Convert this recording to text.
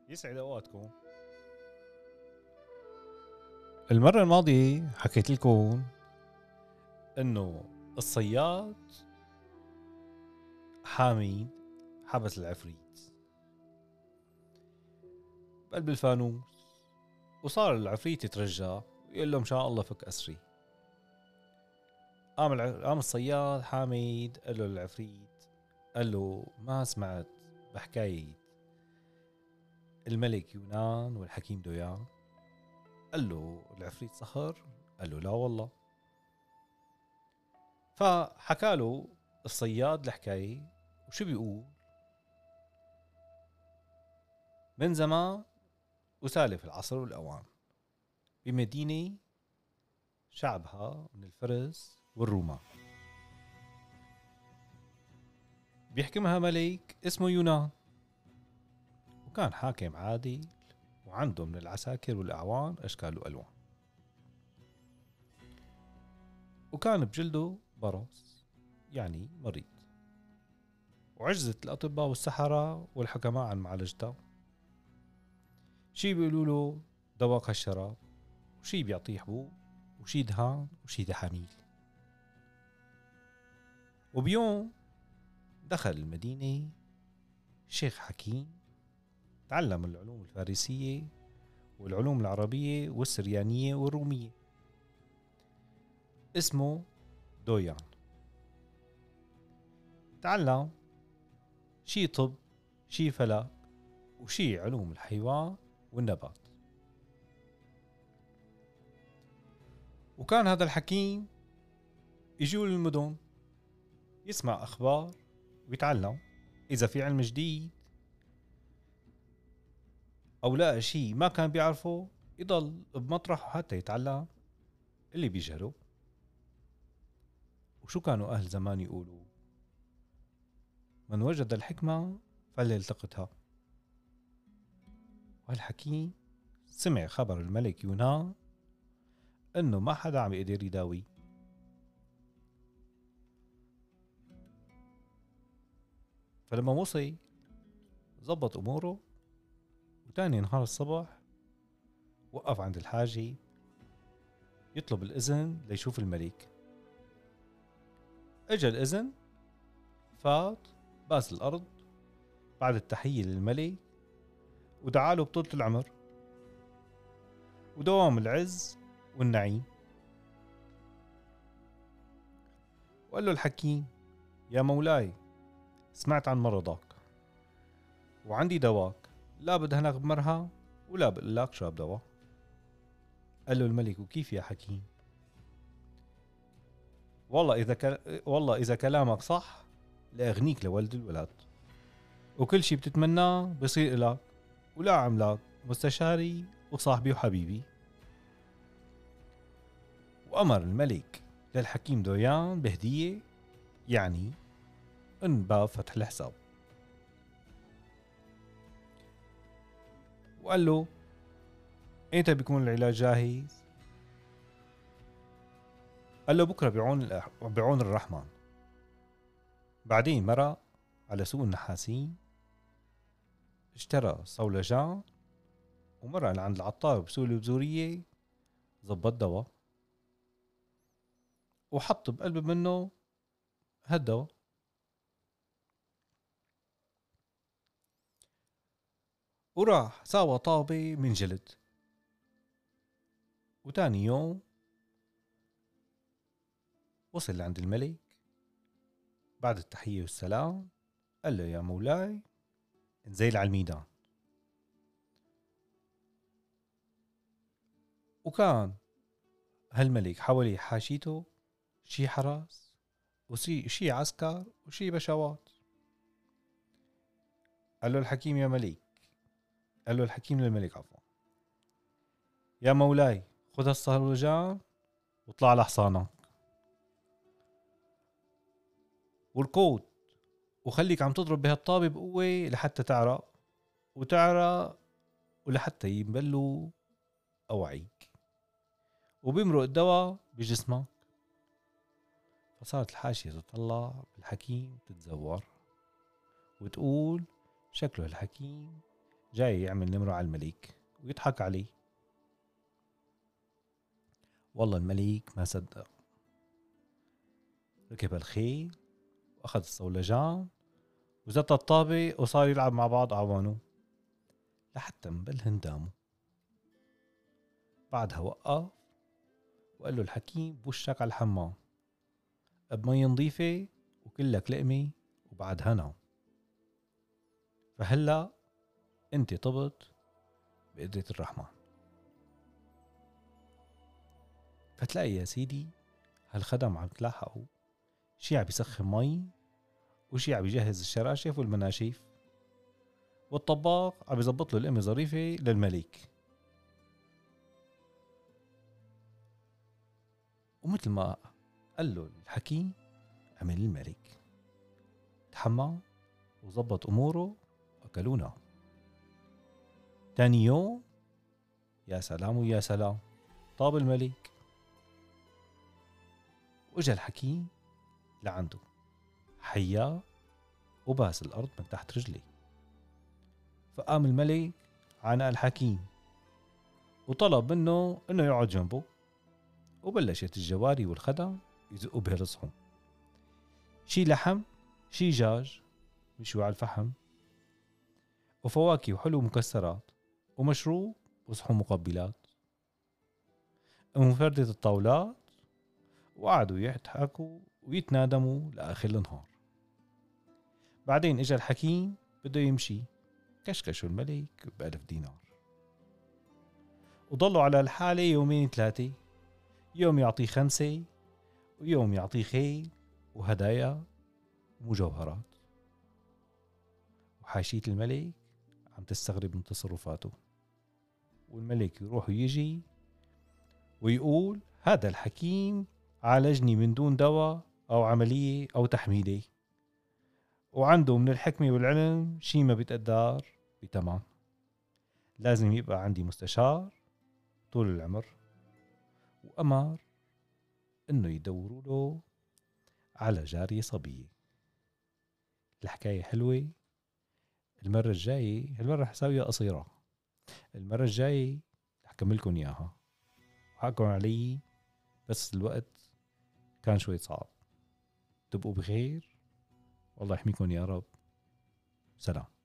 يسعد اوقاتكم. المرة الماضية حكيت لكم انه الصياد حامد حبس العفريت بقلب الفانوس، وصار العفريت يترجى ويقول له ان شاء الله فك اسري. قام الصياد حامد قال له للعفريت، قال له ما سمعت بحكاية الملك يونان والحكيم دويان؟ قال له العفريت صخر؟ قال له لا والله. فحكى له الصياد الحكاية، وشو بيقول؟ من زمان وسالف العصر والأوان، بمدينة شعبها من الفرس والرومان، بيحكمها ملك اسمه يونان، وكان حاكم عادل وعنده من العساكر والأعوان أشكال وألوان، وكان بجلده برص يعني مريض، وعجزت الأطباء والسحرة والحكماء عن معالجته. شي بيقولوا له دواء هالشراب، وشي بيعطيه حبوب، وشي دهان، وشي دحاميل. وبيوم دخل المدينة شيخ حكيم تعلم العلوم الفارسية والعلوم العربية والسريانية والرومية، اسمه دويان. تعلم شي طب، شي فلك، وشي علوم الحيوان والنبات. وكان هذا الحكيم يجول المدن يسمع أخبار ويتعلم. إذا في علم جديد أو لقى شيء ما كان بيعرفه يضل بمطرحه حتى يتعلم اللي بيجهله. وشو كانوا أهل زمان يقولوا؟ من وجد الحكمة فليلتقطها. والحكيم سمع خبر الملك يونان انه ما حدا عم يقدر يداوي، فلما وصل زبط اموره، وتاني نهار الصبح وقف عند الحاجة يطلب الإذن ليشوف الملك. اجا الإذن، فات باس الأرض بعد التحية للملك، ودعاله بطولة العمر ودوام العز والنعيم. وقال له الحكيم: يا مولاي، سمعت عن مرضك وعندي دواك، لا بدهنك بمرها ولا بقلك شرب دواء. قال له الملك: وكيف يا حكيم؟ والله إذا كلامك صح لأغنيك لولد الولد، وكل شي بتتمناه بصير إلك، ولا عملاك مستشاري وصاحبي وحبيبي. وأمر الملك للحكيم دويان بهدية، يعني إن باب فتح الحساب. وقال له: إمتى بيكون العلاج جاهز؟ قال له: بكرة بعون الرحمن. بعدين مرق على سوق النحاسين، اشترى صولجان، ومرق لعند العطار بسوق البزورية، زبط دواء وحط بقلب منه هالدواء. وراح ساوى طابة من جلد. وتاني يوم وصل لعند الملك بعد التحية والسلام، قال له: يا مولاي، انزل على الميدان. وكان هالملك حوالي حاشيته شي حرس وشي عسكر وشي بشوات. قال له الحكيم: يا ملك، قال له الحكيم للملك عفوا: يا مولاي، خذ الصهرجان واطلع على حصانك والقود، وخليك عم تضرب بهالطابة بقوة لحتى تعرق وتعرق ولحتى ينبلوا أوعيك، وبيمرق الدواء بجسمك. فصارت الحاشية تطلع بالحكيم تتزور وتقول: شكله الحكيم جاي يعمل نمره على الملك ويضحك عليه. والله الملك ما صدق، ركب الخيل وأخذ الصولجان وزت الطابة وصار يلعب مع بعض أعوانه لحتى مبلهن دامه. بعدها وقف وقال له الحكيم بوشك على الحمام بمي نظيفة وكلك لقمة وبعد هنا، فهلأ انت طبت بقدرة الرحمن. فتلاقي يا سيدي هالخدم عم تلاحقوا شي عم بيسخن مي، وشي عم بيجهز الشراشف والمناشيف، والطباخ عم بيزبط له القمة ظريفة للملك. ومثل ما قال له الحكيم عمل الملك، تحمى وزبط أموره وأكلونا. تاني يوم يا سلام ويا سلام طاب الملك، وإجا الحكيم لعنده حياه وباس الأرض من تحت رجلي. فقام الملك عانق الحكيم وطلب منه إنه يقعد جنبه، وبلشت الجواري والخدم يزقوا برزقهم، شي لحم شي دجاج مشوي على الفحم، وفواكه وحلو مكسرات ومشروب وصحون مقبلات، ومفردة الطاولات، وقعدوا يضحكوا ويتنادموا لآخر النهار. بعدين اجا الحكيم بده يمشي، كشكشوا الملك ب1000 دينار، وضلوا على الحالة يومين 3، يوم يعطيه 5 ويوم يعطيه خيل وهدايا ومجوهرات. وحاشية الملك عم تستغرب من تصرفاته، والملك يروح ويجي ويقول هذا الحكيم عالجني من دون دواء أو عملية أو تحميلة، وعنده من الحكمة والعلم شي ما بيتقدر بتمام. لازم يبقى عندي مستشار طول العمر. وأمر إنه يدوروا له على جارية صبية. الحكاية حلوة. المرة الجاية، هالمرة رح اسويها قصيرة، المرة الجاية رح أكملكم إياها. حقكم علي بس الوقت كان شوي صعب. تبقوا بخير، والله يحميكم يا رب. سلام.